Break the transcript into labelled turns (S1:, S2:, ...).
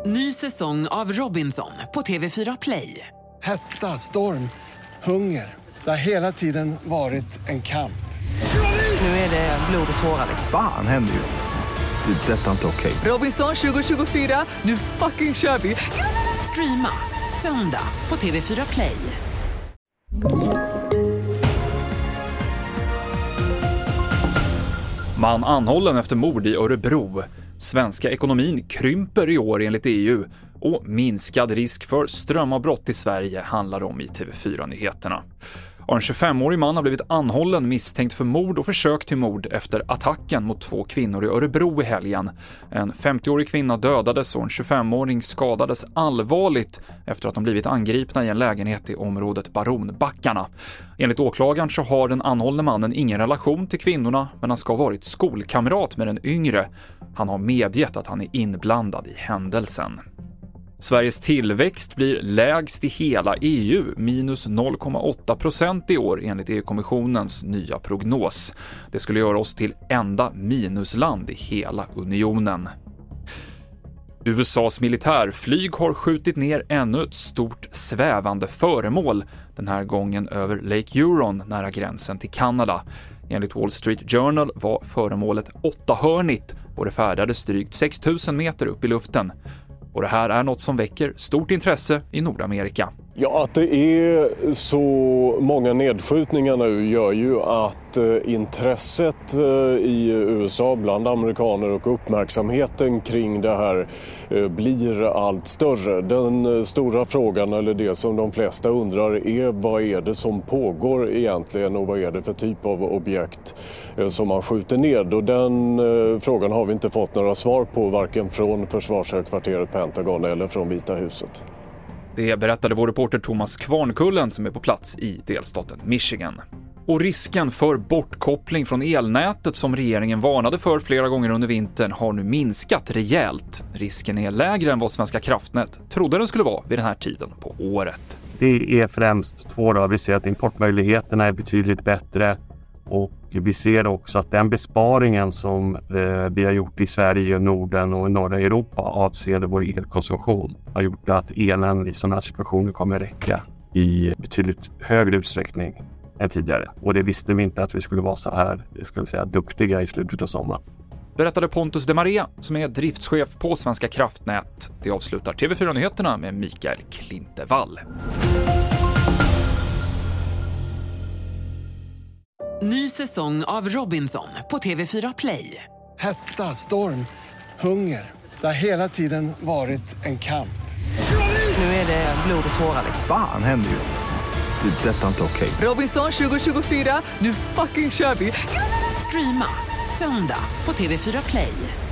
S1: Ny säsong av Robinson på TV4 Play.
S2: Hetta, storm, hunger. Det har hela tiden varit en kamp.
S1: Nu är det blod och tårar.
S3: Fan händer just nu. Det. Detta är inte okej.
S1: Robinson 2024, nu fucking kör vi. Streama söndag på TV4 Play.
S4: Man anhållen efter mord i Örebro. Svenska ekonomin krymper i år enligt EU och minskad risk för strömavbrott i Sverige handlar om i TV4-nyheterna. En 25-årig man har blivit anhållen misstänkt för mord och försök till mord efter attacken mot 2 kvinnor i Örebro i helgen. En 50-årig kvinna dödades och en 25-åring skadades allvarligt efter att de blivit angripna i en lägenhet i området Baronbackarna. Enligt åklagaren så har den anhållne mannen ingen relation till kvinnorna, men han ska ha varit skolkamrat med den yngre. Han har medgett att han är inblandad i händelsen. Sveriges tillväxt blir lägst i hela EU, minus 0,8% i år enligt EU-kommissionens nya prognos. Det skulle göra oss till enda minusland i hela unionen. USAs militärflyg har skjutit ner ännu ett stort svävande föremål, den här gången över Lake Huron nära gränsen till Kanada. Enligt Wall Street Journal var föremålet 8-hörnigt och det färdades drygt 6 000 meter upp i luften. Och det här är något som väcker stort intresse i Nordamerika.
S5: Ja, att det är så många nedskjutningar nu gör ju att intresset i USA bland amerikaner och uppmärksamheten kring det här blir allt större. Den stora frågan, eller det som de flesta undrar, är vad är det som pågår egentligen och vad är det för typ av objekt som man skjuter ned. Och den frågan har vi inte fått några svar på, varken från försvarshögkvarteret Pentagon eller från Vita huset.
S4: Det berättade vår reporter Thomas Kvarnkullen som är på plats i delstaten Michigan. Och risken för bortkoppling från elnätet som regeringen varnade för flera gånger under vintern har nu minskat rejält. Risken är lägre än vad Svenska kraftnät trodde den skulle vara vid den här tiden på året.
S6: Det är främst 2 då. Vi ser att importmöjligheterna är betydligt bättre. Och vi ser också att den besparingen som vi har gjort i Sverige, Norden och i norra Europa avseende vår elkonsumtion har gjort att elen i sådana här situationer kommer räcka i betydligt högre utsträckning än tidigare. Och det visste vi inte att vi skulle vara så här, duktiga i slutet av sommaren.
S4: Berättade Pontus de Maria som är driftschef på Svenska kraftnät. Det avslutar TV4-nyheterna med Mikael Klintevall.
S1: Ny säsong av Robinson på TV4 Play.
S2: Hetta, storm, hunger. Det har hela tiden varit en kamp.
S1: Nu är det blod och tårar.
S3: Fan händer just nu. Det. Detta är inte okej.
S1: Robinson 2024, nu fucking kör vi. Streama söndag på TV4 Play.